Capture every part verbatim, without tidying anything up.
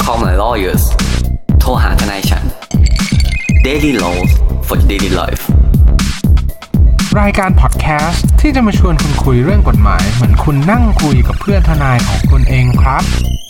Call my lawyers โทรหาทนายฉัน Daily Laws for Daily Life รายการพอดแคสต์ที่จะมาชวนคุณคุยเรื่องกฎหมายเหมือนคุณนั่งคุยกับเพื่อนทนายของคุณเองครับ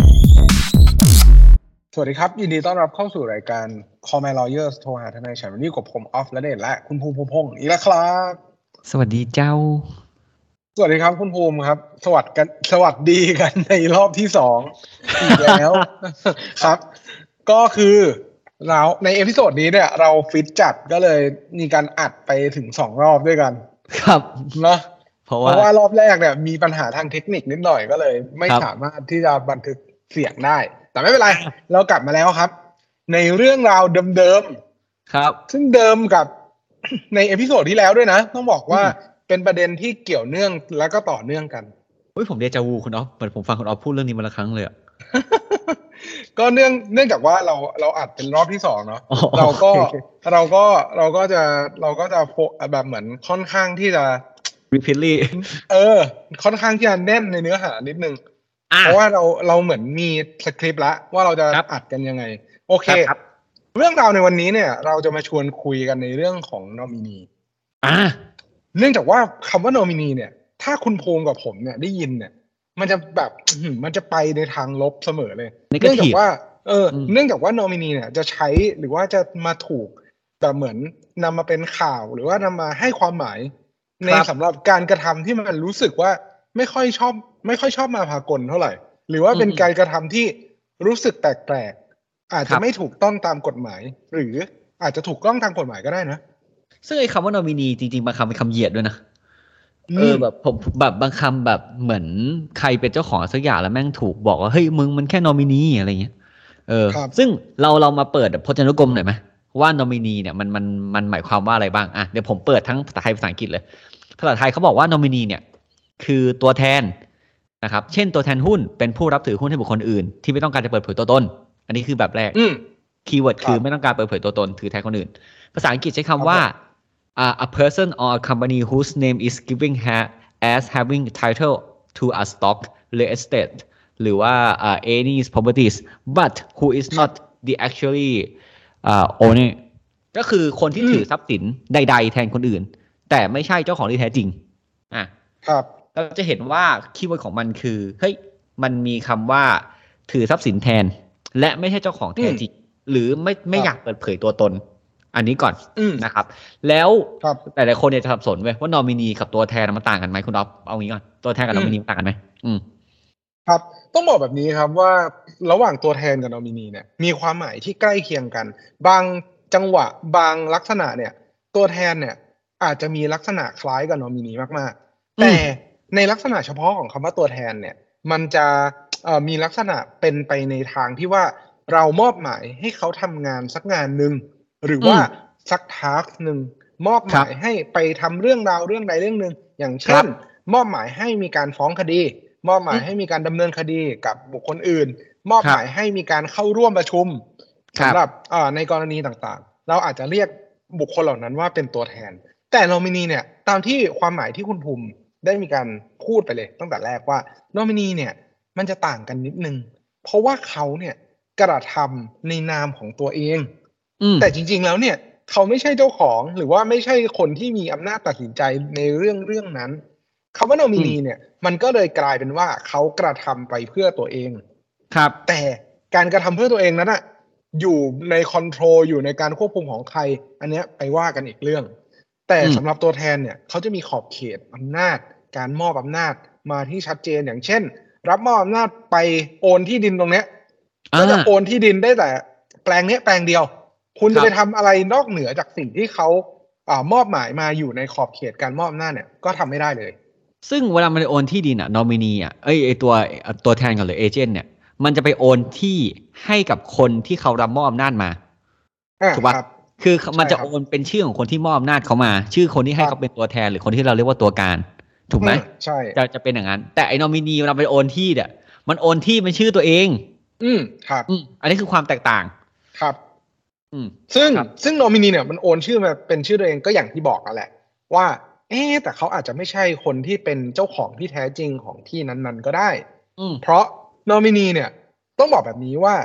สวัสดีครับยินดีต้อนรับเข้าสู่รายการ Call my lawyers โทรหาทนายฉันวันนี้กับผมออฟและเดชและคุณภูมิพงษ์อีกแล้วครับสวัสดีเจ้าสวัสดีครับคุณภูมิครับสวัสดีกันสวัสดีกันในรอบที่สองอีกแล้ว ครับก็คือเราในเอพิโซดนี้เนี่ยเราฟิตจัดก็เลยมีการอัดไปถึงสองรอบด้วยกันครับเนาะเพราะเพราะว่ารอบแรกเนี่ยมีปัญหาทางเทคนิคนิดหน่อยก็เลยไม่สามารถที่จะบันทึกเสียงได้แต่ไม่เป็นไรเรากลับมาแล้วครับในเรื่องราวเดิมๆครับซึ่งเดิมกับในเอพิโซดที่แล้วด้วยนะต้องบอกว่าเป็นประเด็นที่เกี่ยวเนื่องแล้วก็ต่อเนื่องกันเฮ้ยผมเดจาวูคุณอ๊อฟเหมือนผมฟังคุณอ๊อฟพูดเรื่องนี้มาละครั้งเลยอ่ะก็เนื่องเนื่องจากว่าเราเราอัดเป็นรอบที่สองเนาะเราก็เราก็เราก็จะเราก็จะแบบเหมือนค่อนข้างที่จะ repeatedly เออค่อนข้างที่จะแน่นในเนื้อหานิดนึงเพราะว่าเราเราเหมือนมีสคริปต์ละว่าเราจะอัดกันยังไงโอเคเรื่องราวในวันนี้เนี่ยเราจะมาชวนคุยกันในเรื่องของนอมินีอ่าเนื่องจากว่าคำว่านอมินีเนี่ยถ้าคุณภูมิกับผมเนี่ยได้ยินเนี่ยมันจะแบบมันจะไปในทางลบเสมอเลยเนื่องจากว่าเออเนื่องจากว่านอมินีเนี่ยจะใช้หรือว่าจะมาถูกแบบเหมือนนำมาเป็นข่าวหรือว่านำมาให้ความหมายในสำหรับการกระทำที่มันรู้สึกว่าไม่ค่อยชอบไม่ค่อยชอบมาพากลเท่าไหร่หรือว่าเป็นการกระทำที่รู้สึกแปลกๆอาจจะไม่ถูกต้องตามกฎหมายหรืออาจจะถูกต้องตามกฎหมายก็ได้นะซึ่งไอ้คำว่านอมินีจริงๆบางคำเป็นคำเหยียดด้วยนะเออแบบผมแบบบางคำแบบเหมือนใครเป็นเจ้าของสักอย่างแล้วแม่งถูกบอกว่าเฮ้ยมึงมันแค่นอมินีอะไรเงี้ยเออซึ่งเราเรามาเปิดพจนานุกรมหน่อยไหมว่านอมินีเนี่ยมันมันมันหมายความว่าอะไรบ้างอ่ะเดี๋ยวผมเปิดทั้งภาษาไทยภาษาอังกฤษเลยภาษาไทยเขาบอกว่านอมินีเนี่ยคือตัวแทนนะครับเช่นตัวแทนหุ้นเป็นผู้รับถือหุ้นให้บุคคลอื่นที่ไม่ต้องการจะเปิดเผยตัวตนอันนี้คือแบบแรกคีย์เวิร์ดคือไม่ต้องการเปิดเผยตัวตนถือแทนคนอื่นภาษาอังกฤษใช้คำว่าUh, a person or a company whose name is given ha- as having title to a stock, real estate หรือว่า uh, any properties but who is not the actually uh, owner ก็คือคนที่ถือทรัพย์สินใดๆแทนคนอื่นแต่ไม่ใช่เจ้าของที่แท้จริงอ่ะครับเราจะเห็นว่าคีย์เวิร์ดของมันคือเฮ้ยมันมีคำว่าถือทรัพย์สินแทนและไม่ใช่เจ้าของแท้จริงหรือไม่ไม่อยากเปิดเผยตัวตนอันนี้ก่อนนะครับแล้วแต่หลายคนเนี่ยจะสับสนเว้ยว่านอมินีกับตัวแทนมันต่างกันไหมคุณอ๊อฟเอางี้ก่อนตัวแทนกับนอมินีมันต่างกันไหมอืมครับต้องบอกแบบนี้ครับว่าระหว่างตัวแทนกับนอมินีเนี่ยมีความหมายที่ใกล้เคียงกันบางจังหวะบางลักษณะเนี่ยตัวแทนเนี่ยอาจจะมีลักษณะคล้ายกับนอมินีมากๆแต่ในลักษณะเฉพาะของคำว่าตัวแทนเนี่ยมันจะเอ่อมีลักษณะเป็นไปในทางที่ว่าเรามอบหมายให้เขาทำงานสักงานนึงหรือว่าสักทาสก์หนึ่งมอบหมายให้ไปทำเรื่องราวเรื่องใดเรื่องหนึ่งอย่างเช่นมอบหมายให้มีการฟ้องคดีมอบหมายให้มีการดำเนินคดีกับบุคคลอื่นมอบหมายให้มีการเข้าร่วมประชุมสำหรับในกรณีต่างๆเราอาจจะเรียกบุคคลเหล่านั้นว่าเป็นตัวแทนแต่นอมินีเนี่ยตามที่ความหมายที่คุณภูมิได้มีการพูดไปเลยตั้งแต่แรกว่านอมินีเนี่ยมันจะต่างกันนิดนึงเพราะว่าเขาเนี่ยกระทำในนามของตัวเองแต่จริงๆแล้วเนี่ยเขาไม่ใช่เจ้าของหรือว่าไม่ใช่คนที่มีอำนาจตัดสินใจในเรื่องเรื่องนั้นคำว่านอมินีเนี่ยมันก็เลยกลายเป็นว่าเขากระทำไปเพื่อตัวเองครับแต่การกระทำเพื่อตัวเองนั้นอะอยู่ในคอนโทรลอยู่ในการควบคุมของใครอันเนี้ยไปว่ากันอีกเรื่องแต่สำหรับตัวแทนเนี่ยเขาจะมีขอบเขตอำนาจการมอบอำนาจมาที่ชัดเจนอย่างเช่นรับมอบอำนาจไปโอนที่ดินตรงเนี้ยก็จะโอนที่ดินได้แต่แปลงเนี้ยแปลงเดียวคุณจะไปทำอะไรนอกเหนือจากสิ่งที่เขาอ่ามอบหมายมาอยู่ในขอบเขตการมอบอำนาจเนี่ยก็ทำไม่ได้เลยซึ่งเวลามันโอนที่ดินอะนอมินีอะเอ้ยไอตัวตัวแทนกันหรือเอเจนต์เนี่ยมันจะไปโอนที่ให้กับคนที่เขารับมอบอำนาจมาถูกป่ะคือมันจะโอนเป็นชื่อของคนที่มอบอำนาจเขามาชื่อคนที่ให้เขาเป็นตัวแทนหรือคนที่เราเรียกว่าตัวการถูกไหมใช่จะจะเป็นอย่างนั้นแต่ไอ้นอมินีเวลาไปโอนที่เนี่ยมันโอนที่เป็นชื่อตัวเองอืมครับอืมอันนี้คือความแตกต่างครับซึ่งซึ่งโนมินีเนี่ยมันโอนชื่อมาเป็นชื่อตัวเองก็อย่างที่บอกกันแหละว่าเอ๊แต่เขาอาจจะไม่ใช่คนที่เป็นเจ้าของที่แท้จริงของที่นั้นๆก็ได้เพราะโนมินีเนี่ยต้องบอกแบบนี้ว่า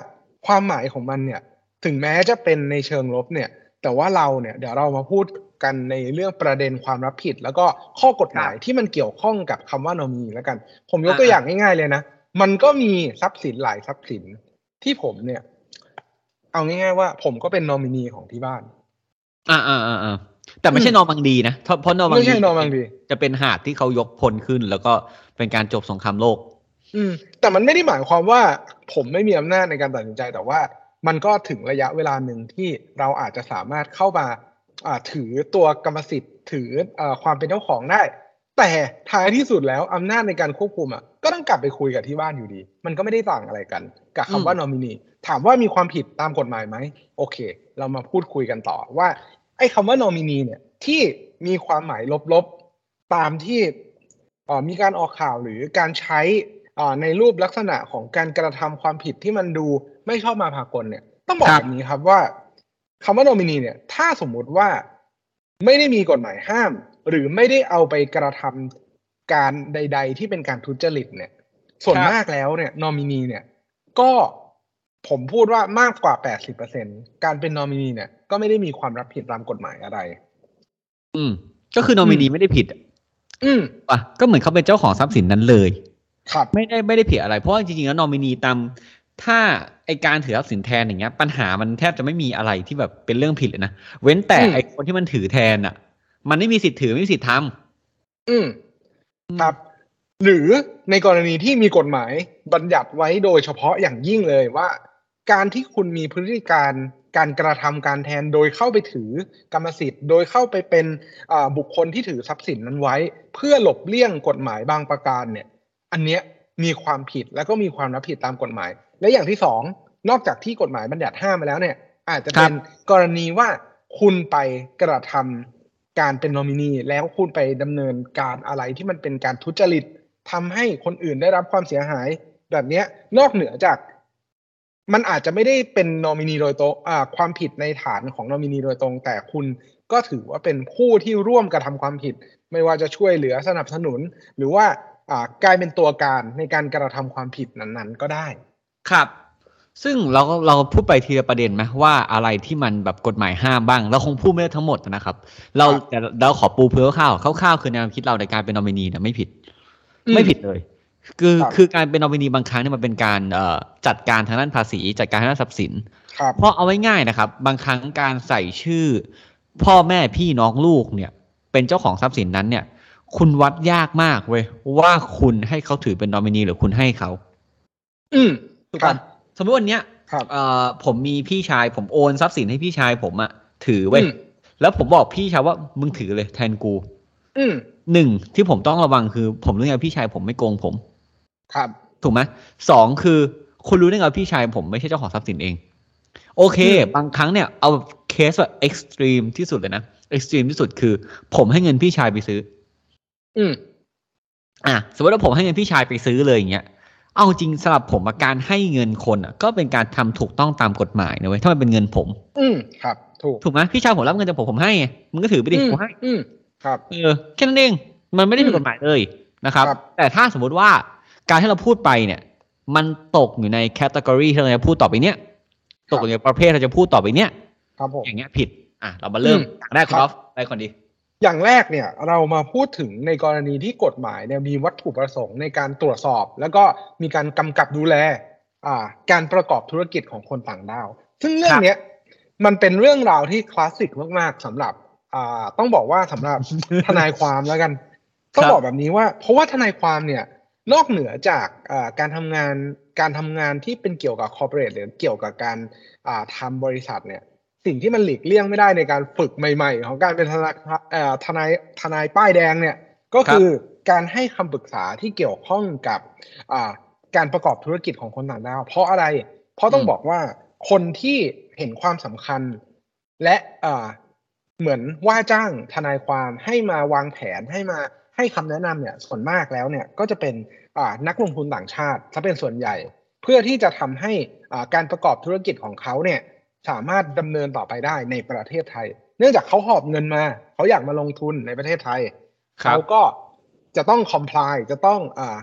ความหมายของมันเนี่ยถึงแม้จะเป็นในเชิงลบเนี่ยแต่ว่าเราเนี่ยเดี๋ยวเรามาพูดกันในเรื่องประเด็นความรับผิดแล้วก็ข้อกฎหมายที่มันเกี่ยวข้องกับคำว่านอมินีแล้วกันผมยกตัวอย่างง่ายๆเลยนะมันก็มีทรัพย์สินหลายทรัพย์สินที่ผมเนี่ยเอาง่ายๆว่าผมก็เป็นนอมินีของที่บ้านอ่าอ่าอ่าแต่ไม่ใช่นอร์มังดีนะเพราะนอร์มังดีไม่ใช่นอร์มังดีจะเป็นหาดที่เขายกพลขึ้นแล้วก็เป็นการจบสงครามโลกอืมแต่มันไม่ได้หมายความว่าผมไม่มีอำนาจในการตัดสินใจแต่ว่ามันก็ถึงระยะเวลาหนึ่งที่เราอาจจะสามารถเข้ามาอ่าถือตัวกรรมสิทธิ์ถืออ่าความเป็นเจ้าของได้แต่ท้ายที่สุดแล้วอำนาจในการควบคุมอ่ะก็ต้องกลับไปคุยกับที่บ้านอยู่ดีมันก็ไม่ได้ต่างอะไรกันกับคำว่านอมินีถามว่ามีความผิดตามกฎหมายไหมโอเคเรามาพูดคุยกันต่อว่าไอ้คำว่านอมินีเนี่ยที่มีความหมายลบๆตามที่อ่ามีการออกข่าวหรือการใช้อ่าในรูปลักษณะของการกระทำความผิดที่มันดูไม่ชอบมาพากลเนี่ยต้องบอกแบบนี้ครับว่าคำว่านอมินีเนี่ยถ้าสมมุติว่าไม่ได้มีกฎหมายห้ามหรือไม่ได้เอาไปกระทำการใดๆที่เป็นการทุจริตเนี่ยส่วนมากแล้วเนี่ยนอมินีเนี่ยก็ผมพูดว่ามากกว่า แปดสิบเปอร์เซ็นต์ การเป็นนอมินีเนี่ยก็ไม่ได้มีความรับผิดตามกฎหมายอะไรอืมก็คือนอมินีไม่ได้ผิดอืมอ่ะก็เหมือนเขาเป็นเจ้าของทรัพย์สินนั้นเลยครับไม่ได้ไม่ได้ผิดอะไรเพราะจริงๆแล้วนอมินีตามถ้าไอการถือทรัพย์สินแทนอย่างเงี้ยปัญหามันแทบจะไม่มีอะไรที่แบบเป็นเรื่องผิดเลยนะเว้นแต่ไอคนที่มันถือแทนอ่ะมันไม่มีสิทธิ์ถือไม่มีสิทธิ์ทำอืมครับหรือในกรณีที่มีกฎหมายบัญญัติไว้โดยเฉพาะอย่างยิ่งเลยว่าการที่คุณมีพฤติการการกระทำการแทนโดยเข้าไปถือกรรมสิทธิ์โดยเข้าไปเป็นบุคคลที่ถือทรัพย์สินนั้นไว้เพื่อหลบเลี่ยงกฎหมายบางประการเนี่ยอันเนี้ยมีความผิดแล้วก็มีความรับผิดตามกฎหมายและอย่างที่สองนอกจากที่กฎหมายบัญญัติห้ามมาแล้วเนี่ยอาจจะเป็นกรณีว่าคุณไปกระทำการเป็นนอมินีแล้วคุณไปดำเนินการอะไรที่มันเป็นการทุจริตทำให้คนอื่นได้รับความเสียหายแบบนี้นอกเหนือจากมันอาจจะไม่ได้เป็นนอมินีโดยตรงอ่าความผิดในฐานของนอมินีโดยตรงแต่คุณก็ถือว่าเป็นผู้ที่ร่วมกระทำความผิดไม่ว่าจะช่วยเหลือสนับสนุนหรือว่าอ่ากลายเป็นตัวการในการกระทำความผิดนั้นๆก็ได้ครับซึ่งเราเราพูดไปทีละประเด็นไหมว่าอะไรที่มันแบบกฎหมายห้ามบ้างเราคงพูดไม่ได้ทั้งหมดนะครับเราแต่เราขอปูเพื่อข้าวข้าวๆคือแนวคิดเราในการเป็นนอมินีเนี่ยไม่ผิดไม่ผิดเลยคือคือการเป็นนอมินีบางครั้งเนี่ยมันเป็นการเอ่อจัดการทางด้านภาษีจัดการทางด้านทรัพย์สินเพราะเอาไว้ง่ายนะครับบางครั้งการใส่ชื่อพ่อแม่พี่น้องลูกเนี่ยเป็นเจ้าของทรัพย์สินนั้นเนี่ยคุณวัดยากมากเว้ยว่าคุณให้เขาถือเป็นนอมินีหรือคุณให้เขาอืมถูกป่ะสมมติวันเนี้ยเอ่อผมมีพี่ชายผมโอนทรัพย์สินให้พี่ชายผมอะถือไว้แล้วผมบอกพี่ชายว่ามึงถือเลยแทนกูอืมหนึ่งที่ผมต้องระวังคือผมรู้ไงพี่ชายผมไม่โกงผมครับถูกไหมสองคือคุณรู้ได้ไงพี่ชายผมไม่ใช่เจ้าของทรัพย์สินเองโอเคบางครั้งเนี่ยเอาเคสแบบเอ็กซ์ตรีมที่สุดเลยนะเอ็กซ์ตรีมที่สุดคือผมให้เงินพี่ชายไปซื้ออืมอ่ะสมมติว่าผมให้เงินพี่ชายไปซื้อเลยอย่างเงี้ยเอาจริงสำหรับผมการให้เงินคนอ่ะก็เป็นการทำถูกต้องตามกฎหมายนะเว้ยถ้ามันเป็นเงินผมอืมครับถูกถูกไหมพี่ชายผมรับเงินจากผมผมให้มึงก็ถือไปดิผมให้อืมครับเออแค่นั้นเองมันไม่ได้ผิดกฎหมายเลยนะครับแต่ถ้าสมมุติว่าการที่เราพูดไปเนี่ยมันตกอยู่ในแคตตากรีที่เราจะพูดต่อไปเนี้ยตกอยู่ในประเภทเราจะพูดต่อไปเนี้ยครับผมอย่างเงี้ยผิดอ่ะเรามาเริ่มอย่างแรกครับได้ก่อนดีอย่างแรกเนี่ยเรามาพูดถึงในกรณีที่กฎหมายเนี่ยมีวัตถุประสงค์ในการตรวจสอบแล้วก็มีการกำกับดูแลอ่าการประกอบธุรกิจของคนต่างด้าวซึ่งเรื่องนี้มันเป็นเรื่องราวที่คลาสสิกมากๆสำหรับอ่าต้องบอกว่าสำหรับทนายความแล้วกันต้องบอกแบบนี้ว่าเพราะว่าทนายความเนี่ยนอกเหนือจากอ่าการทำงานการทำงานที่เป็นเกี่ยวกับคอร์ปอเรทหรือเกี่ยวกับการอ่าทำบริษัทเนี่ยสิ่งที่มันหลีกเลี่ยงไม่ได้ในการฝึกใหม่ๆของการเป็นทนายทนายทนายป้ายแดงเนี่ยก็คือการให้คำปรึกษาที่เกี่ยวข้องกับการประกอบธุรกิจของคนต่างด้าวเพราะอะไรเพราะต้องบอกว่าคนที่เห็นความสำคัญและเหมือนว่าจ้างทนายความให้มาวางแผนให้มาให้คำแนะนำเนี่ยส่วนมากแล้วเนี่ยก็จะเป็นนักลงทุนต่างชาติถ้าเป็นส่วนใหญ่เพื่อที่จะทำให้การประกอบธุรกิจของเขาเนี่ยสามารถดำเนินต่อไปได้ในประเทศไทยเนื่องจากเขาหอบเงินมาเขาอยากมาลงทุนในประเทศไทยเขาก็จะต้อง comply จะต้องอ่า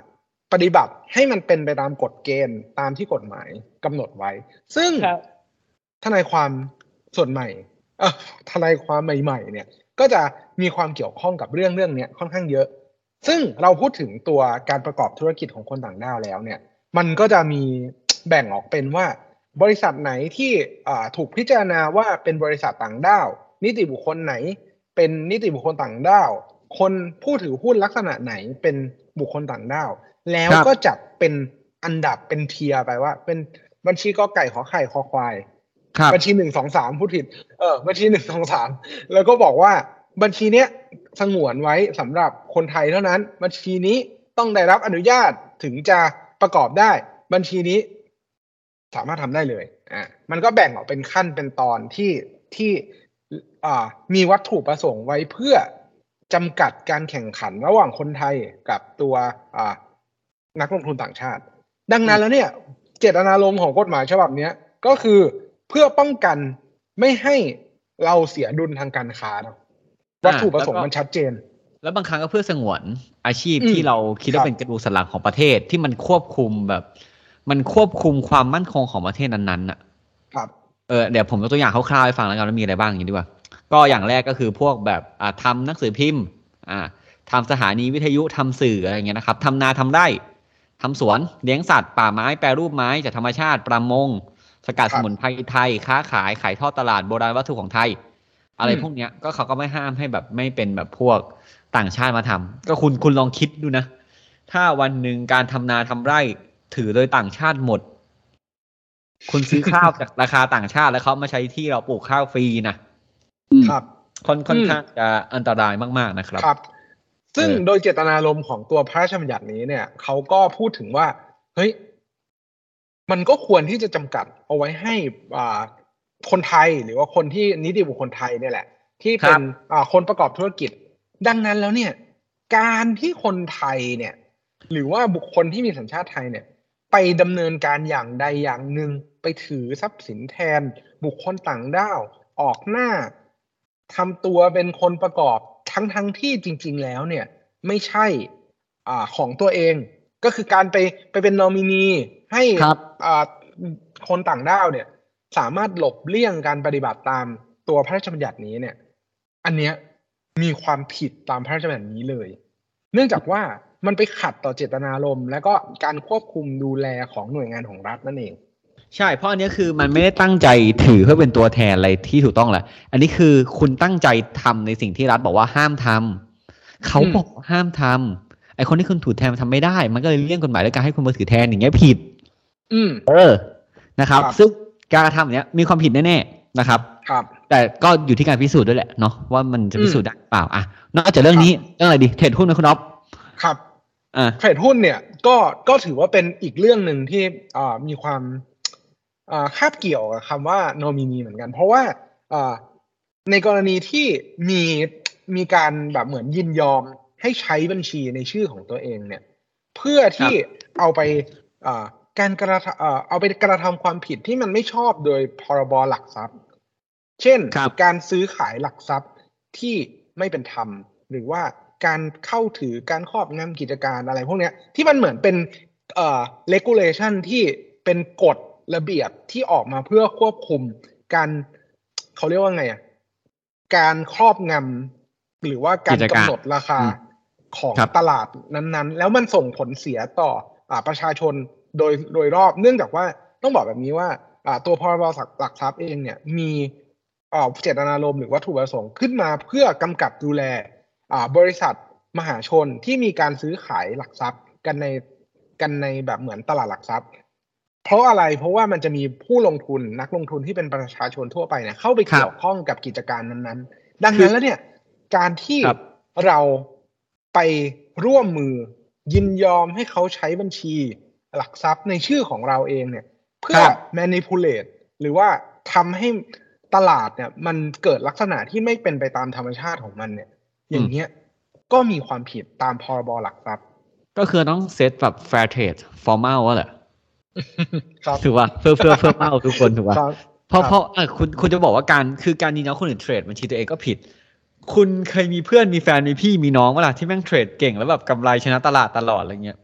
ปฏิบัติให้มันเป็นไปตามกฎเกณฑ์ตามที่กฎหมายกำหนดไว้ซึ่งทนายความส่วนใหม่เออทนายความใหม่ๆเนี่ยก็จะมีความเกี่ยวข้องกับเรื่องเรื่องนี้ค่อนข้างเยอะซึ่งเราพูดถึงตัวการประกอบธุรกิจของคนต่างด้าวแล้วเนี่ยมันก็จะมีแบ่งออกเป็นว่าบริษัทไหนที่ถูกพิจารณาว่าเป็นบริษัทต่างด้าวนิติบุคคลไหนเป็นนิติบุคคลต่างด้าวคนผู้ถือหุ้นลักษณะไหนเป็นบุคคลต่างด้าวแล้วก็จัดเป็นอันดับเป็นเทียร์ไปว่าเป็นบัญชีกอไก่ขอไข่คอควายบัญชีหนึ่งสองสามพูดผิดเออบัญชีหนึ่งสองสามแล้วก็บอกว่าบัญชีเนี้ยสงวนไว้สำหรับคนไทยเท่านั้นบัญชีนี้ต้องได้รับอนุญาตถึงจะประกอบได้บัญชีนี้สามารถทำได้เลยอ่ามันก็แบ่งออกเป็นขั้นเป็นตอนที่ที่อ่ามีวัตถุประสงค์ไว้เพื่อจำกัดการแข่งขันระหว่างคนไทยกับตัวอ่านักลงทุนต่างชาติดังนั้นแล้วเนี่ยเจตนารมณ์ของกฎหมายฉบับนี้ก็คือเพื่อป้องกันไม่ให้เราเสียดุลทางการค้าวัตถุประสงค์มันชัดเจนแล้วบางครั้งก็เพื่อสงวนอาชีพที่เราคิดว่าเป็นกระดูกสันหลังของประเทศที่มันควบคุมแบบมันควบคุมความมั่นคงของประเทศนั้นๆน่ะครับเออเดี๋ยวผมยกตัวอย่างคร่าวๆให้ฟังแล้วกันว่ามีอะไรบ้างอย่างนี้ดีกว่าก็อย่างแรกก็คือพวกแบบอ่าทำหนังสือพิมพ์อ่าทำสถานีวิทยุทำสื่ออะไรเงี้ยนะครับทำนาทำไร่ทำสวนเลี้ยงสัตว์ป่าไม้แปรรูปไม้จากธรรมชาติประมงสกัดสมุนไพรไทยค้าขายขายทอดตลาดโบราณวัตถุของไทยอะไรพวกเนี้ยก็เขาก็ไม่ห้ามให้แบบไม่เป็นแบบพวกต่างชาติมาทำก็คุณคุณลองคิดดูนะถ้าวันหนึ่งการทำนาทำไร่ถือโดยต่างชาติหมดคุณซื้อข้าวจากราคาต่างชาติแล้วเขามาใช้ที่เราปลูกข้าวฟรีนะครับค่อนค่อนข้างจะอันตรายมากๆนะครับครับซึ่งโดยเจตนารมณ์ของตัวพระราชบัญญัตินี้เนี่ยเขาก็พูดถึงว่าเฮ้ยมันก็ควรที่จะจำกัดเอาไว้ให้อ่าคนไทยหรือว่าคนที่นิติบุคคลไทยเนี่ยแหละที่เป็นอ่าคนประกอบธุรกิจดังนั้นแล้วเนี่ยการที่คนไทยเนี่ยหรือว่าบุคคลที่มีสัญชาติไทยเนี่ยไปดำเนินการอย่างใดอย่างหนึ่งไปถือทรัพย์สินแทนบุคคลต่างด้าวออกหน้าทำตัวเป็นคนประกอบทั้งทั้งที่จริงๆแล้วเนี่ยไม่ใช่อ่าของตัวเองก็คือการไปไปเป็นนอมินีให้อ่าคนต่างด้าวเนี่ยสามารถหลบเลี่ยงการปฏิบัติตามตัวพระราชบัญญัตินี้เนี่ยอันเนี้ยมีความผิดตามพระราชบัญญัตินี้เลยเนื่องจากว่ามันไปขัดต่อเจตนารมณ์และก็การควบคุมดูแลของหน่วยงานของรัฐนั่นเองใช่เพราะอันนี้คือมันไม่ได้ตั้งใจถือเพื่อเป็นตัวแทนอะไรที่ถูกต้องแหละอันนี้คือคุณตั้งใจทำในสิ่งที่รัฐบอกว่าห้ามทำเขาบอกห้ามทำไอคนที่คุณถือแทนมันทำไม่ได้มันก็เลยเลี่ยงกฎหมายด้วยการให้คุณมาถือแทนอย่างเงี้ยผิดอืมเออนะครับซึ่งการทำเนี้ยมีความผิดแน่ๆนะครับครับแต่ก็อยู่ที่การพิสูจน์ด้วยแหละเนาะว่ามันจะพิสูจน์ได้เปล่าอ่ะนอกจากเรื่องนี้เรื่องอะไรดีเทรดหุ้นนะคุณอ๊อฟครับอ่าเทรดหุ้นเนี่ยก็ก็ถือว่าเป็นอีกเรื่องหนึ่งที่อ่ามีความอ่าคาบเกี่ยวกับคำว่านอมินีเหมือนกันเพราะว่าอ่าในกรณีที่มีมีการแบบเหมือนยินยอมให้ใช้บัญชีในชื่อของตัวเองเนี่ยเพื่อที่เอาไปอ่าการกระทำเอ่อเอาไปกระทำความผิดที่มันไม่ชอบโดยพรบหลักทรัพย์เช่นการซื้อขายหลักทรัพย์ที่ไม่เป็นธรรมหรือว่าการเข้าถือการครอบงำกิจการอะไรพวกนี้ที่มันเหมือนเป็นเอ่อ regulation ที่เป็นกฎระเบียบที่ออกมาเพื่อควบคุมการเขาเรียกว่าไงอ่ะการครอบงำหรือว่าการกำหนดราคาของตลาดนั้นๆแล้วมันส่งผลเสียต่ออ่าประชาชนโดยโดยรอบเนื่องจากว่าต้องบอกแบบนี้ว่าอ่าตัวพรบหลักทรัพย์เองเนี่ยมีอ่าเจตนารมณ์หรือวัตถุประสงค์ขึ้นมาเพื่อกำกับดูแลอ่าบริษัทมหาชนที่มีการซื้อขายหลักทรัพย์กันในกันในแบบเหมือนตลาดหลักทรัพย์เพราะอะไรเพราะว่ามันจะมีผู้ลงทุนนักลงทุนที่เป็นประชาชนทั่วไปเนี่ยเข้าไปเกี่ยวข้องกับกิจการนั้นๆดังนั้นแล้วเนี่ยการที่เราไปร่วมมือยินยอมให้เขาใช้บัญชีหลักทรัพย์ในชื่อของเราเองเนี่ยเพื่อ manipulate หรือว่าทำให้ตลาดเนี่ยมันเกิดลักษณะที่ไม่เป็นไปตามธรรมชาติของมันเนี่ยอย่างเงี้ยก็มีความผิดตามพรบหลักทรัพย์ก็คือต้องเซตแบบ fair trade formal ว่าแหละถูกป่ะเพื่อเพื่อเพื่อเมาทุกคนถูกป่ะเพราะเพราะคุณคุณจะบอกว่าการคือการยินยอมคนอื่นเทรดบัญชีตัวเองก็ผิดคุณเคยมีเพื่อนมีแฟนมีพี่มีน้องเวลาที่แม่งเทรดเก่งแล้วแบบกำไรชนะตลาดตลอดอะไรเงี้ย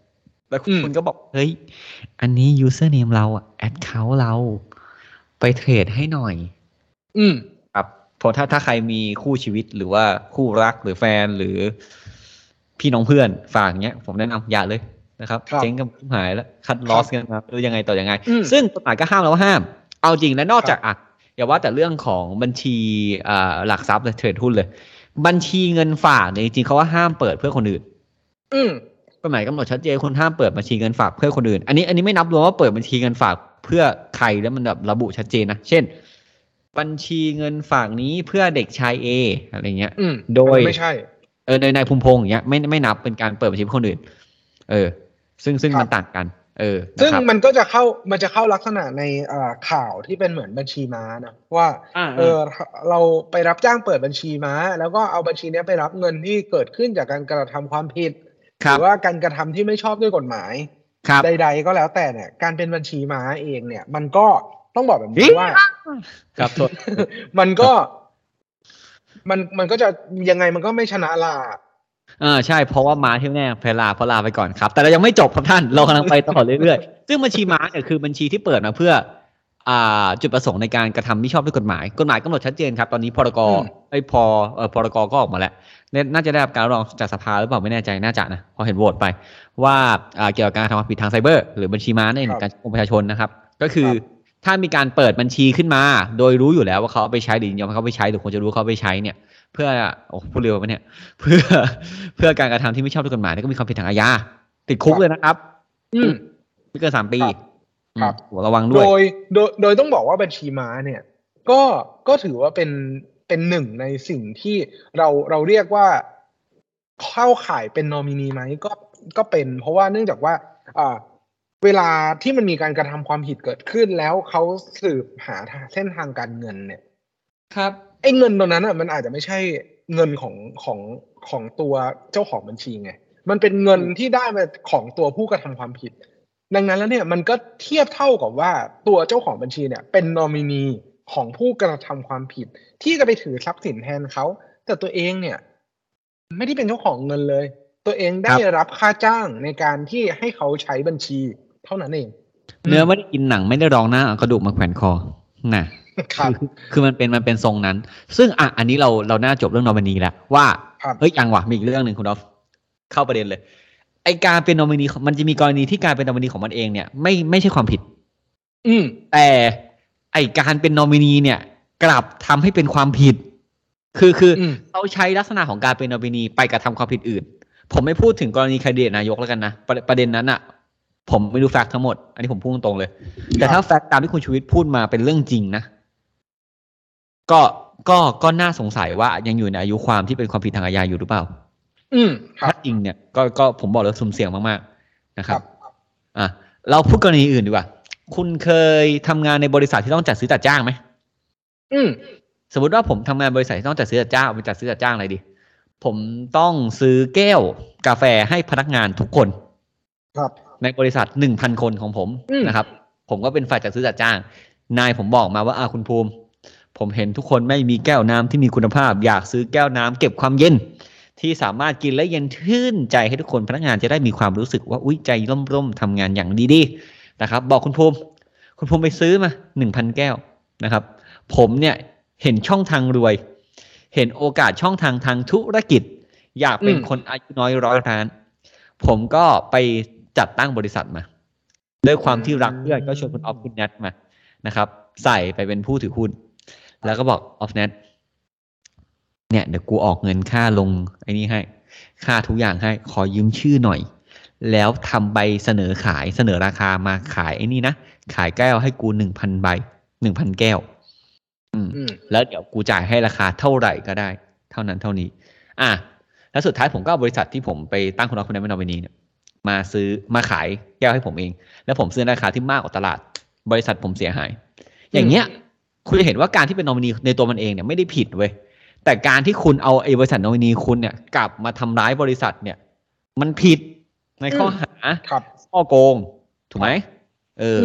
แล้วคุณก็บอกเฮ้ยอันนี้ username เราอ่ะ account เราไปเทรดให้หน่อยอืมครับเพราะถ้าถ้าใครมีคู่ชีวิตหรือว่าคู่รักหรือแฟนหรือพี่น้องเพื่อนฝากเงี้ยผมแนะนำอย่าเลยนะครับเจ๊งกันหายแล้วคัดลอสกันมาหรือยังไงต่อยังไงซึ่งกฎหมายก็ห้ามแล้วว่าห้ามเอาจริงและนอกจากอ่ะอย่าว่าแต่เรื่องของบัญชีอ่าหลักทรัพย์เลยเทรดหุ้นเลยบัญชีเงินฝากเนี่ยจริงๆเขาว่าห้ามเปิดเพื่อคนอื่นอืมกฎหมายกำหนดชัดเจนคุณห้ามเปิดบัญชีเงินฝากเพื่อคนอื่นอันนี้อันนี้ไม่นับรวมว่าเปิดบัญชีเงินฝากเพื่อใครแล้วมันแบบระบุชัดเจนนะเช่นบัญชีเงินฝากนี้เพื่อเด็กชาย A อะไรเงี้ยโดยไม่ใช่เออในนายภูมิพงษ์อย่างเงี้ยไม่ไม่นับเป็นการเปิดบัญชีเพื่อคนอื่นเออซึ่งซึ่งมันต่างกันเออซึ่งมันก็จะเข้ามันจะเข้าลักษณะในข่าวที่เป็นเหมือนบัญชีม้านะว่าเออเราไปรับจ้างเปิดบัญชีม้าแล้วก็เอาบัญชีนี้ไปรับเงินที่เกิดขึ้นจากการกระทำความผิดหรือว่าการกระทำที่ไม่ชอบด้วยกฎหมายใดๆก็แล้วแต่เนี่ยการเป็นบัญชีม้าเองเนี่ยมันก็ต้องบอกแบบนี้ว่าครับโทษมันก็มันมันก็จะยังไงมันก็ไม่ชนะลาอ่าใช่เพราะว่าม้าที่แน่เพลาเพลาไปก่อนครับแต่เรายังไม่จบครับท่านเรากำลังไปต่อเรื่อยๆซึ่งบัญชีม้าเนี่ยคือบัญชีที่เปิดมาเพื่ออ่าจุดประสงค์ในการกระทำไม่ชอบด้วยกฎหมายกฎหมายกำหนดชัดเจนครับตอนนี้พรกไอ้พอเอ่อพรกก็ออกมาแล้วน่าจะได้รับการรับรองจากสภาหรือเปล่าไม่แน่ใจน่าจะนะพอเห็นโหวตไปว่าอ่าเกี่ยวกับการทำความผิดทางไซเบอร์หรือบัญชีม้าในการช่อกงประชาชนนะครับก็คือถ้ามีการเปิดบัญชีขึ้นมาโดยรู้อยู่แล้วว่าเขาเอาไปใช้หรือยินยอมให้เขาไปใช้หรือควรจะรู้เขาไปใช้เนี่ยเพื่อโอ้พูดเร็วไปเนี่ยเพื่อเพื่อการกระทำที่ไม่ชอบด้วยกฎหมายก็มีความผิดทางอาญาติดคุกเลยนะครับอืมไม่เกินสามปีครับระวังด้วยโดยโดยโดยต้องบอกว่าบัญชีม้าเนี่ยก็ก็ถือว่าเป็นเป็นหนึ่งในสิ่งที่เราเราเรียกว่าเข้าข่ายเป็นนอมินีไหมก็ก็เป็นเพราะว่าเนื่องจากว่าอ่าเวลาที่มันมีการกระทำความผิดเกิดขึ้นแล้วเขาสืบหาเส้นทางการเงินเนี่ยครับไอ้เงินตรงนั้นอ่ะมันอาจจะไม่ใช่เงินของของของตัวเจ้าของบัญชีไงมันเป็นเงินที่ได้มาของตัวผู้กระทำความผิดดังนั้นแล้วเนี่ยมันก็เทียบเท่ากับว่าตัวเจ้าของบัญชีเนี่ยเป็นนอมินีของผู้กระทำความผิดที่จะไปถือทรัพย์สินแทนเขาแต่ตัวเองเนี่ยไม่ได้เป็นเจ้าของเงินเลยตัวเองได้รับค่าจ้างในการที่ให้เขาใช้บัญชีเท่านั้นเองเนื้อไม่ได้กินหนังไม่ได้ร้องหน้ากระดูกมาแขวนคอน่ะคือคือมันเป็นมันเป็นทรงนั้นซึ่งอ่ะอันนี้เราเราน่าจบเรื่องนอมินีแล้วว่าเฮ้ยยังวะมีอีกเรื่องนึงคุณดอฟเข้าประเด็นเลยไอการเป็นนอมินีมันจะมีกรณีที่การเป็นนอมินีของมันเองเนี่ยไม่ไม่ใช่ความผิดอืมแต่ไอการเป็นนอมินีเนี่ยกลับทำให้เป็นความผิดคือคือเขาใช้ลักษณะของการเป็นนอมินีไปกระทำความผิดอื่นผมไม่พูดถึงกรณีแคนดิเดตนายกแล้วกันนะประเด็นนั้นอ่ะผมไม่รู้แฟกต์ทั้งหมดอันนี้ผมพูดตรงเลยแต่ถ้าแฟกต์ตามที่คุณชูวิทย์พูดมาเป็นเรื่องจริงนะก็ก็ก็น่าสงสัยว่ายังอยู่ในอายุความที่เป็นความผิดทางอาญาอยู่หรือเปล่าอืมถ้าจริงเนี่ยก็ก็ผมบอกเลยสุ่มเสี่ยงมากๆนะครับอ่ะเราพูดกรณีอื่นดีกว่าคุณเคยทำงานในบริษัทที่ต้องจัดซื้อจัดจ้างไหมอืมสมมติว่าผมทำงานบริษัทที่ต้องจัดซื้อจัดจ้างเป็นจัดซื้อจัดจ้างอะไรดีผมต้องซื้อแก้วกาแฟให้พนักงานทุกคนครับในบริษัท หนึ่งพัน คนของผมนะครับผมก็เป็นฝ่ายจัดซื้อจัดจ้างนายผมบอกมาว่าอาคุณภูมิผมเห็นทุกคนไม่มีแก้วน้ำที่มีคุณภาพอยากซื้อแก้วน้ำเก็บความเย็นที่สามารถกินและเย็นชื่นใจให้ทุกคนพนักงานจะได้มีความรู้สึกว่าอุ้ยใจร่มๆทำงานอย่างดีๆนะครับบอกคุณภูมิคุณภูมิไปซื้อมา หนึ่งพัน แก้วนะครับผมเนี่ยเห็นช่องทางรวยเห็นโอกาสช่องทางทางธุรกิจอยากเป็นคนอายุน้อยร้อยล้านผมก็ไปจัดตั้งบริษัทมาด้วยความที่รักเพื่อนก็ชวนคุณออฟคุณแนทมานะครับใส่ไปเป็นผู้ถือหุ้นแล้วก็บอกออฟแนทเนี่ยเดี๋ยวกูออกเงินค่าลงไอ้นี่ให้ค่าทุกอย่างให้ขอยืมชื่อหน่อยแล้วทำใบเสนอขายเสนอราคามาขายไอ้นี่นะขายแก้วให้กูหนึ่งพันใบหนึ่งพันแก้วอืมแล้วเดี๋ยวกูจ่ายให้ราคาเท่าไหร่ก็ได้เท่านั้นเท่านี้อ่ะแล้วสุดท้ายผมก็เอาบริษัทที่ผมไปตั้งคุณออฟคุณแนทเป็นนอมินีเนี่ยมาซื้อมาขายแก้วให้ผมเองแล้วผมซื้อราคาที่มากกว่าตลาดบริษัทผมเสียหายอย่างเงี้ยคุณจะเห็นว่าการที่เป็นนอมินีในตัวมันเองเนี่ยไม่ได้ผิดเว้ยแต่การที่คุณเอาไอ้บริษัทนอมินีคุณเนี่ยกลับมาทำร้ายบริษัทเนี่ยมันผิดในข้อหาช่อโกงถูกไหมเออ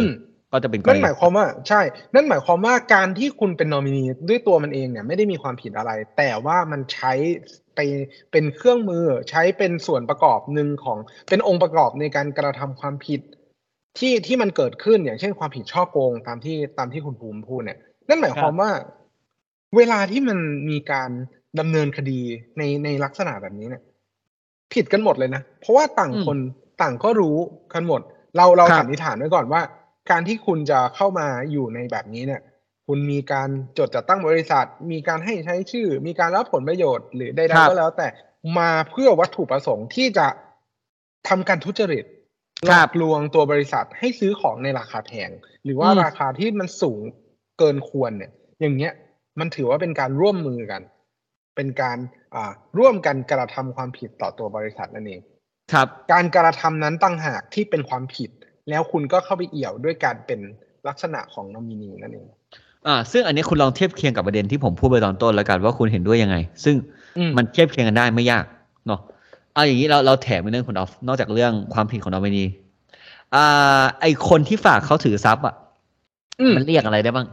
ก็จะเป็นนั่นหมายความว่าใช่นั่นหมายความว่าการที่คุณเป็นนอมินีด้วยตัวมันเองเนี่ยไม่ได้มีความผิดอะไรแต่ว่ามันใช้ไปเป็นเครื่องมือใช้เป็นส่วนประกอบหนึ่งของเป็นองค์ประกอบในการกระทำความผิดที่ที่มันเกิดขึ้นอย่างเช่นความผิดฉ้อโกงตามที่ตามที่คุณภูมิพูดเนี่ยนั่นหมายความว่าเวลาที่มันมีการดำเนินคดีในในลักษณะแบบนี้เนี่ยผิดกันหมดเลยนะเพราะว่าต่างคนต่างก็รู้กันหมดเราเราสันนิษฐานไว้ก่อนว่าการที่คุณจะเข้ามาอยู่ในแบบนี้เนี่ยคุณมีการจดจัดตั้งบริษัทมีการให้ใช้ชื่อมีการรับผลประโยชน์หรือใดๆก็แล้วแต่มาเพื่อวัตถุประสงค์ที่จะทำการทุจริตหลอกลวงตัวบริษัทให้ซื้อของในราคาแพงหรือว่าราคาที่มันสูงเกินควรเนี่ยอย่างเงี้ยมันถือว่าเป็นการร่วมมือกันเป็นการอ่าร่วมกันกระทำความผิดต่อตัวบริษัทนั่นเองครับการกระทำนั้นต่างหากที่เป็นความผิดแล้วคุณก็เข้าไปเอี่ยวด้วยการเป็นลักษณะของนอมินีนั่นเองอ่าซึ่งอันนี้คุณลองเทียบเคียงกับประเด็นที่ผมพูดไปตอนต้นแล้วกันว่าคุณเห็นด้วยยังไงซึ่งมันเทียบเคียงกันได้ไม่ยากเนาะเอาอย่างนี้เราเราแถมไปเรื่องคุณออฟนอกจากเรื่องความผิดของนอมินีอ่าไอคนที่ฝากเขาถือทรัพย์อ่ะมันเรียกอะไรได้บ้าง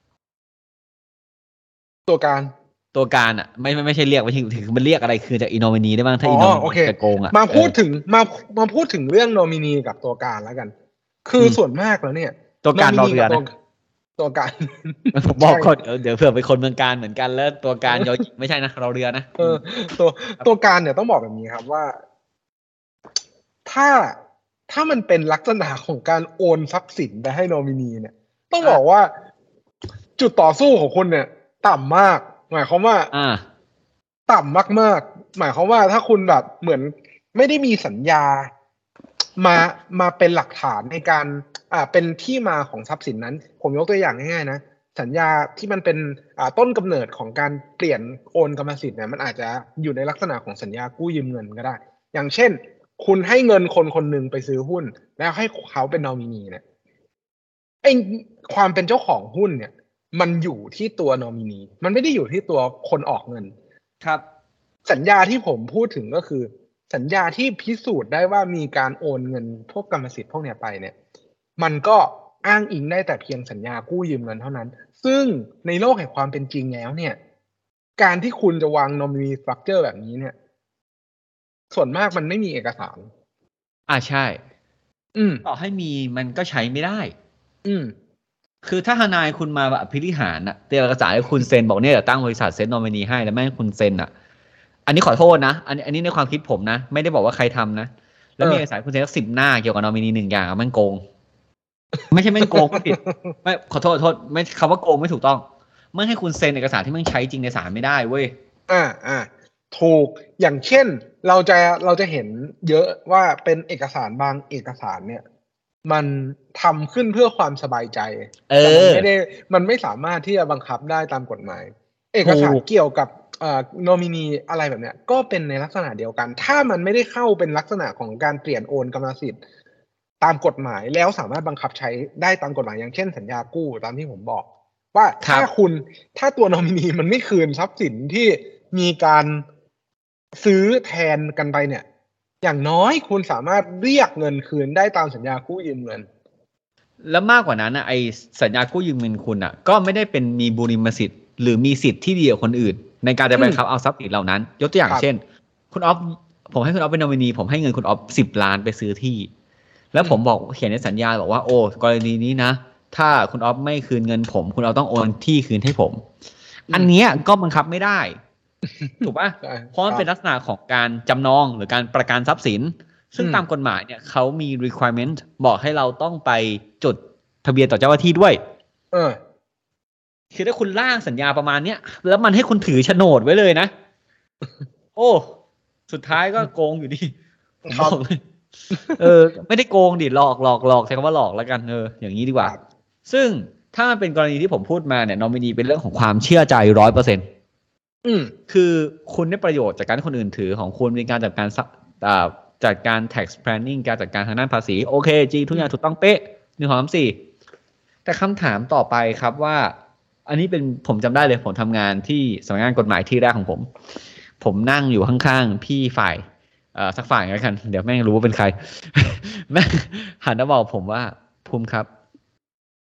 ตัวการตัวการอ่ะไม่ไม่ไม่ใช่เรียกไม่ถึงถึงมันเรียกอะไรคือจากอีนอมินีได้บ้างถ้าอีนอมินีจะโกงอ่ะมาพูดถึงมามาพูดถึงเรื่องนอมินีกับตัวการแล้วกันคือส่วนมากแล้วเนี่ยตัวการรอเรือนะตัวการผมบอกคนเดี๋ยวเผื่อเป็นคนเมืองการเหมือนกันแล้วตัวการยอไม่ใช่นะรอเรือนะเออตัวตัวการเนี่ยต้องบอกแบบนี้ครับว่าถ้าถ้ามันเป็นลักษณะของการโอนทรัพย์สินไปให้นอมินีเนี่ยต้องบอกว่าจุดต่อสู้ของคุณเนี่ยต่ำมากหมายความว่าต่ำมากๆหมายความว่าถ้าคุณแบบเหมือนไม่ได้มีสัญญามามาเป็นหลักฐานในการอ่าเป็นที่มาของทรัพย์สินนั้นผมยกตัวอย่างง่ายๆนะสัญญาที่มันเป็นอ่าต้นกำเนิดของการเปลี่ยนโอนกรรมสิทธิ์เนี่ยมันอาจจะอยู่ในลักษณะของสัญญากู้ยืมเงินก็ได้อย่างเช่นคุณให้เงินคนคนหนึ่งไปซื้อหุ้นแล้วให้เขาเป็นนอมินีเนี่ยไอ้ความเป็นเจ้าของหุ้นเนี่ยมันอยู่ที่ตัวนอมินีมันไม่ได้อยู่ที่ตัวคนออกเงินครับสัญญาที่ผมพูดถึงก็คือสัญญาที่พิสูจน์ได้ว่ามีการโอนเงินพวกกรรมสิทธิ์พวกเนี้ยไปเนี่ยมันก็อ้างอิงได้แต่เพียงสัญญากู้ยืมเงินเท่านั้นซึ่งในโลกแห่งความเป็นจริงแล้วเนี่ยการที่คุณจะวาง nominee structure แบบนี้เนี่ยส่วนมากมันไม่มีเอกสารอ่าใช่อืมต่อให้มีมันก็ใช้ไม่ได้อืมคือถ้าทนายคุณมาแบบพิริหารน่ะเตรียมเอกสารให้คุณเซ็นบอกเนี่ยเดี๋ยวตั้งบริษัทเซ็น nominee ให้แล้วไม่ให้คุณเซ็นอ่ะอันนี้ขอโทษนะอันนี้อันนี้ในความคิดผมนะไม่ได้บอกว่าใครทำนะแล้วมีเอกสารคุณเซ็นสักสิบหน้าเกี่ยวกับนอมินีหนึ่งอย่างมันโกงไม่ใช่ไม่โกงไม่ผิดไม่ขอโทษโทษไม่คำว่าโกงไม่ถูกต้องไม่ให้คุณเซ็นเอกสารที่มันใช้จริงในศาลไม่ได้เว้ยอ่าอ่าถูกอย่างเช่นเราจะเราจะเห็นเยอะว่าเป็นเอกสารบางเอกสารเนี่ยมันทำขึ้นเพื่อความสบายใจแต่มันไม่ได้มันไม่สามารถที่จะบังคับได้ตามกฎหมายเอกสารเกี่ยวกับเอ่อนอมินีอะไรแบบเนี้ยก็เป็นในลักษณะเดียวกันถ้ามันไม่ได้เข้าเป็นลักษณะของการเปลี่ยนโอนกรรมสิทธิ์ตามกฎหมายแล้วสามารถบังคับใช้ได้ตามกฎหมายอย่างเช่นสัญญากู้ตามที่ผมบอกว่าถ้าคุณถ้าตัวนอมินีมันไม่คืนทรัพย์สินที่มีการซื้อแทนกันไปเนี่ยอย่างน้อยคุณสามารถเรียกเงินคืนได้ตามสัญญากู้ยืมเงินแล้วมากกว่านั้นนะไอสัญญากู้ยืมเงินคุณอ่ะก็ไม่ได้เป็นมีบุริมสิทธิ์หรือมีสิทธิ์ที่ดีกว่าคนอื่นในการจะไปบังคับเอาทรัพย์สินเหล่านั้นยกตัวอย่างเช่นคุณออฟผมให้คุณออฟเป็นนอมินีผมให้เงินคุณออฟสิบล้านไปซื้อที่แล้วผมบอกเขียนในสัญญาบอกว่าโอ้กรณีนี้นะถ้าคุณออฟไม่คืนเงินผมคุณออฟต้องโอนที่คืนให้ผมอันเนี้ยก็บังคับไม่ได้ถูกป่ะเพราะมันเป็นลักษณะของการจำนองหรือการประกันทรัพย์สินซึ่งตามกฎหมายเนี่ยเขามี requirement บอกให้เราต้องไปจดทะเบียนต่อเจ้าหน้าที่ด้วยเออคือถ้าคุณร่างสัญญาประมาณเนี้ยแล้วมันให้คุณถือโฉนดไว้เลยนะโอ้สุดท้ายก็โกงอยู่ดีบอกเลยเออไม่ได้โกงดิหลอกหลอกหลอกใช้คำว่าหลอกแล้วกันเอออย่างนี้ดีกว่าซึ่งถ้ามันเป็นกรณีที่ผมพูดมาเนี่ยนอมินีเป็นเรื่องของความเชื่อใจ ร้อยเปอร์เซ็นต์ อืมคือคุณได้ประโยชน์จากการที่คนอื่นถือของคุณในการจัดการอ่าจัดการ tax planning การจัดการทางด้านภาษีโอเคจริงทุกอย่างถูกต้องเป๊ะหนึ่ง สอง สาม สี่แต่คำถามต่อไปครับว่าอันนี้เป็นผมจำได้เลยผมทำงานที่สำนักงานกฎหมายที่แรกของผมผมนั่งอยู่ข้างๆพี่ฝ่ายเอ่อสักฝ่ายแล้วกันเดี๋ยวแม่งรู้ว่าเป็นใครแม่งหันมาบอกผมว่าภูมิครับ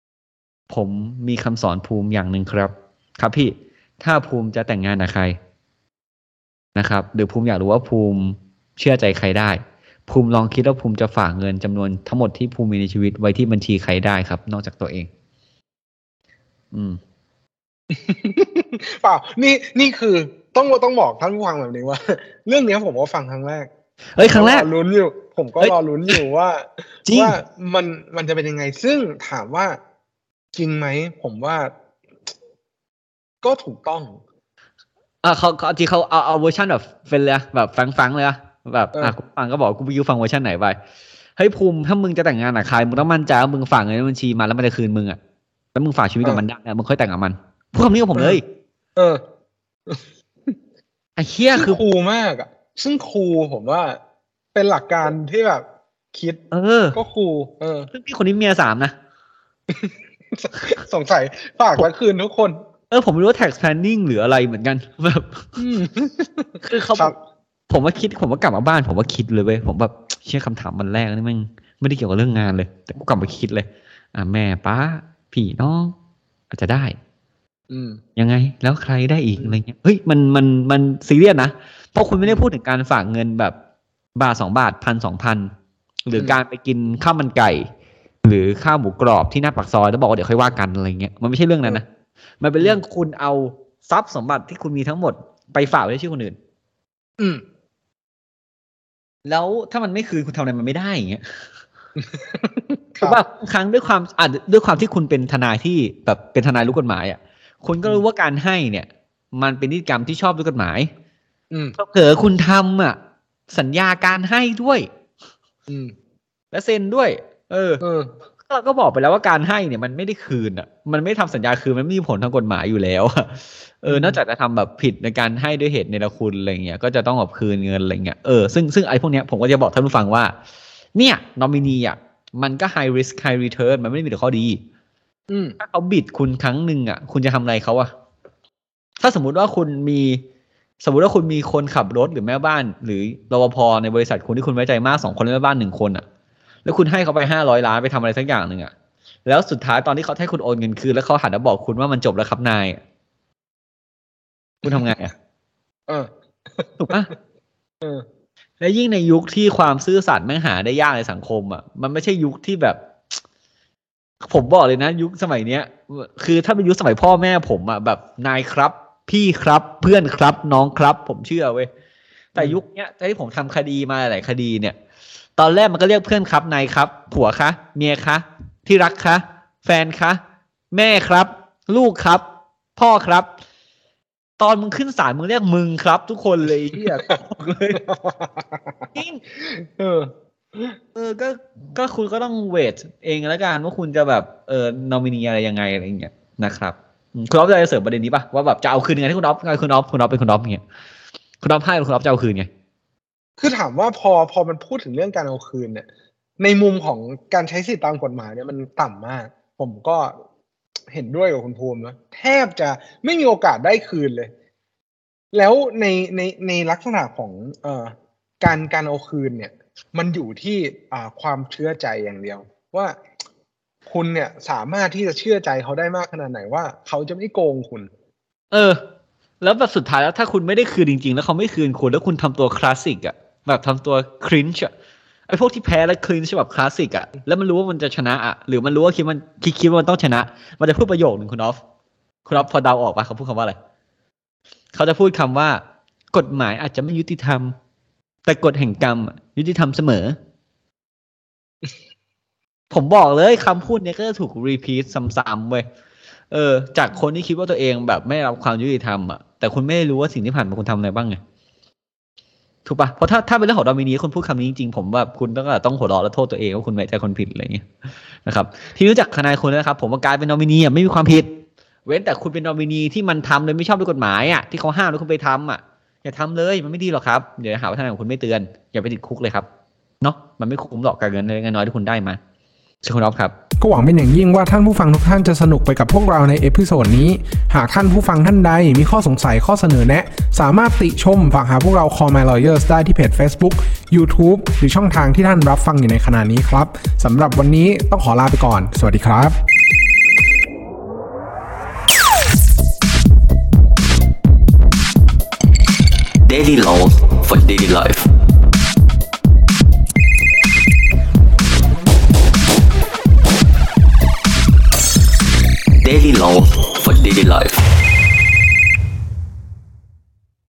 ผมมีคำสอนภูมิอย่างหนึ่งครับครับพี่ถ้าภูมิจะแต่งงานกับใครนะครับหรือภูมิอยากรู้ว่าภูมิเชื่อใจใครได้ภูมิลองคิดว่าภูมิจะฝากเงินจำนวนทั้งหมดที่ภูมิมีในชีวิตไว้ที่บัญชีใครได้ครับนอกจากตัวเองอืมเปล่านี่นี่คือต้องต้องบอกท่านผู้ฟังแบบนี้ว่าเรื่องนี้ผมก็ฟังครั้งแรกเอ้ยครั้งแรกลุ้นอยู่ผมก็รอลุ้นอยู่ว่าว่ามันมันจะเป็นยังไงซึ่งถามว่าจริงไหมผมว่าก็ถูกต้องอ่าเขาเขาที่เขาเอาเอาเวอร์ชันแบบเป็นเลยแบบฟังๆเลยอะแบบอ่ะกูฟังก็บอกกูไปยูฟังเวอร์ชันไหนไปเฮ้ยภูมิถ้ามึงจะแต่งงานกับใครมึงต้องมั่นใจว่ามึงฝากเงินในบัญชีมาแล้วมันจะคืนมึงอะแล้วมึงฝากชีวิตกับมันได้มึงค่อยแต่งกับมันพูดคำนี้กับผมเลยเออไอ้เหี้ยคือคูลมากอ่ะซึ่งคูลผมว่าเป็นหลักการที่แบบคิดเออก็คูลเออซึ่งพี่คนนี้เมียสามนะสงสัยฝากแล้วคืนทุกคนเออผมไม่รู้ว่า tax planning หรืออะไรเหมือนกันแบบคือเขาผมว่าคิดผมว่ากลับมาบ้านผมว่าคิดเลยเว้ยผมแบบเชื่อคำถามมันแรกนี่มันไม่ได้เกี่ยวกับเรื่องงานเลยแต่กูกลับมาคิดเลยอ่ะแม่ป้าพี่น้องอาจจะได้ยังไงแล้วใครได้อีกอะไรเงี้ยเฮ้ยมันมันมันซีเรียสนะเพราะคุณไม่ได้พูดถึงการฝากเงินแบบบาทสองบาทพันสองพันหรือการไปกินข้าวมันไก่หรือข้าวหมูกรอบที่หน้าปากซอยแล้วบอกว่าเดี๋ยวค่อยว่ากันอะไรเงี้ยมันไม่ใช่เรื่องนั้นนะมันเป็นเรื่องคุณเอาทรัพย์สมบัติที่คุณมีทั้งหมดไปฝากไว้ชื่อคนอื่นอืมแล้วถ้ามันไม่คืนคุณทำอะไรมันไม่ได้อย่างเงี้ยถูกป่ะครั้งด้วยความอ่ะด้วยความที่คุณเป็นทนายที่แบบเป็นทนายรู้กฎหมายอ่ะคุณก็รู้ว่าการให้เนี่ยมันเป็นนิติกรรมที่ชอบด้วยกฎหมายอืมเผลอคุณทำอ่ะสัญญาการให้ด้วยอืมและเซ็นด้วยเออเออเราก็บอกไปแล้วว่าการให้เนี่ยมันไม่ได้คืนอ่ะมันไม่ทำสัญญาคืนมันไม่มีผลทางกฎหมายอยู่แล้วเออนอกจากจะทำแบบผิดในการให้ด้วยเหตุเนรคุณอะไรเงี้ยก็จะต้องแบบคืนเงินอะไรเงี้ยเออซึ่งซึ่งไอ้พวกเนี้ยผมก็จะบอกท่านผู้ฟังว่าเนี่ยนอมินีอ่ะมันก็ high risk high return มันไม่ได้มีแต่ข้อดีถ้าเขาบิดคุณครั้งหนึ่งอ่ะคุณจะทำอะไรเขาอ่ะถ้าสมมุติว่าคุณมีสมมุติว่าคุณมีคนขับรถหรือแม่บ้านหรือรปภในบริษัทคุณที่คุณไว้ใจมากสองคนแม่บ้านหนึ่งคนอ่ะแล้วคุณให้เขาไปห้าร้อยล้านไปทำอะไรสักอย่างหนึ่งอ่ะแล้วสุดท้ายตอนที่เขาให้คุณโอนเงินคืนแล้วเขาหันมาบอกคุณว่ามันจบแล้วครับนายคุณทำไงอ่ะเออถูกปะเออและยิ่งในยุคที่ความซื่อสัตย์แม่งหาได้ยากในสังคมอ่ะมันไม่ใช่ยุคที่แบบผมบอกเลยนะยุคสมัยเนี้ยคือถ้าเป็นยุคสมัยพ่อแม่ผมอ่ะแบบนายครับพี่ครับเพื่อนครับน้องครับผมเชื่อเว้ยแต่ยุคเนี้ยที่ผมทำคดีมาหลายคดีเนี่ยตอนแรกมันก็เรียกเพื่อนครับนายครับผัวคะเมียคะที่รักคะแฟนคะแม่ครับลูกครับพ่อครับตอนมึงขึ้นศาลมึงเรียกมึงครับทุกคนเลยเหี้ยเลยจริงเออเออก็ก็คุณก็ต้องเวทเองแล้วกันว่าคุณจะแบบเออนอมินีอะไรยังไงอะไรอย่างเงี้ยนะครับคุณอ๊อฟจะเสริมประเด็นนี้ป่ะว่าแบบจะเอาคืนยังไงที่คุณอ๊อฟคุณอ๊อฟคุณอ๊อฟเป็นคุณอ๊อฟอย่างเงี้ยคุณอ๊อฟให้คุณอ๊อฟจะเอาคืนไงคือถามว่าพอพอมันพูดถึงเรื่องการเอาคืนเนี่ยในมุมของการใช้สิทธิตามกฎหมายเนี่ยมันต่ำมากผมก็เห็นด้วยกับคุณภูมินะแทบจะไม่มีโอกาสได้คืนเลยแล้วในในในลักษณะของเอ่อการการเอาคืนเนี่ยมันอยู่ที่อ่าความเชื่อใจอย่างเดียวว่าคุณเนี่ยสามารถที่จะเชื่อใจเขาได้มากขนาดไหนว่าเขาจะไม่โกงคุณเออแล้วแบบสุดท้ายแล้วถ้าคุณไม่ได้คืนจริงๆแล้วเขาไม่คืนคุณแล้วคุณทำตัวคลาสสิกอ่ะแบบทำตัวครินช์อ่ะไอ้พวกที่แพ้แล้วครินช์แบบคลาสสิกอ่ะแล้วมันรู้ว่ามันจะชนะอ่ะหรือมันรู้ว่าคิดมันคิดคิดว่ามันต้องชนะมันจะพูดประโยคนึงคุณออฟคุณออฟพอเดาออกป่ะเขาพูดคำว่าอะไรเขาจะพูดคำว่ากฎหมายอาจจะไม่ยุติธรรมแต่กฎแห่งกรรมยุติธรรมเสมอผมบอกเลยคำพูดนี้ก็จะถูกรีพีทซ้ำๆเว้ยเออจากคนที่คิดว่าตัวเองแบบไม่รับความยุติธรรมอ่ะแต่คุณไม่รู้ว่าสิ่งที่ผ่านมาคุณทำอะไรบ้างไงถูกปะเพราะถ้าถ้าเป็นเรื่องของดอมินีคุณพูดคำนี้จริงๆผมแบบคุณต้องต้องหัวเราะและโทษตัวเองว่าคุณไม่ใจคนผิดอะไรอย่างเงี้ยนะครับที่รู้จักทนายคุณนะครับผมว่ากลายเป็นดอมินีอ่ะไม่มีความผิดเว้นแต่คุณเป็นดอมินีที่มันทำโดยไม่ชอบด้วยกฎหมายอ่ะที่เขาห้ามแล้วคุณไปทำอ่ะอย่าทำเลยมันไม่ดีหรอกครับเดี๋ยวหาว่าทนายของคุณไม่เตือนอย่าไปติดคุกเลยครับเนาะมันไม่คุ้มหรอกกับเงินเล็กน้อยที่คุณได้มาเชิญคุณอ๊อฟครับก็หวังเป็นอย่างยิ่งว่าท่านผู้ฟังทุกท่านจะสนุกไปกับพวกเราในเอพิโซดนี้หากท่านผู้ฟังท่านใดมีข้อสงสัยข้อเสนอแนะสามารถติชมฝากหาพวกเรา Call My Lawyers ได้ที่เพจ Facebook YouTube หรือช่องทางที่ท่านรับฟังอยู่ในขณะนี้ครับสำหรับวันนี้ต้องขอลาไปก่อนสวัสดีครับ Daily Laws for Daily Life Daily Laws for Daily Life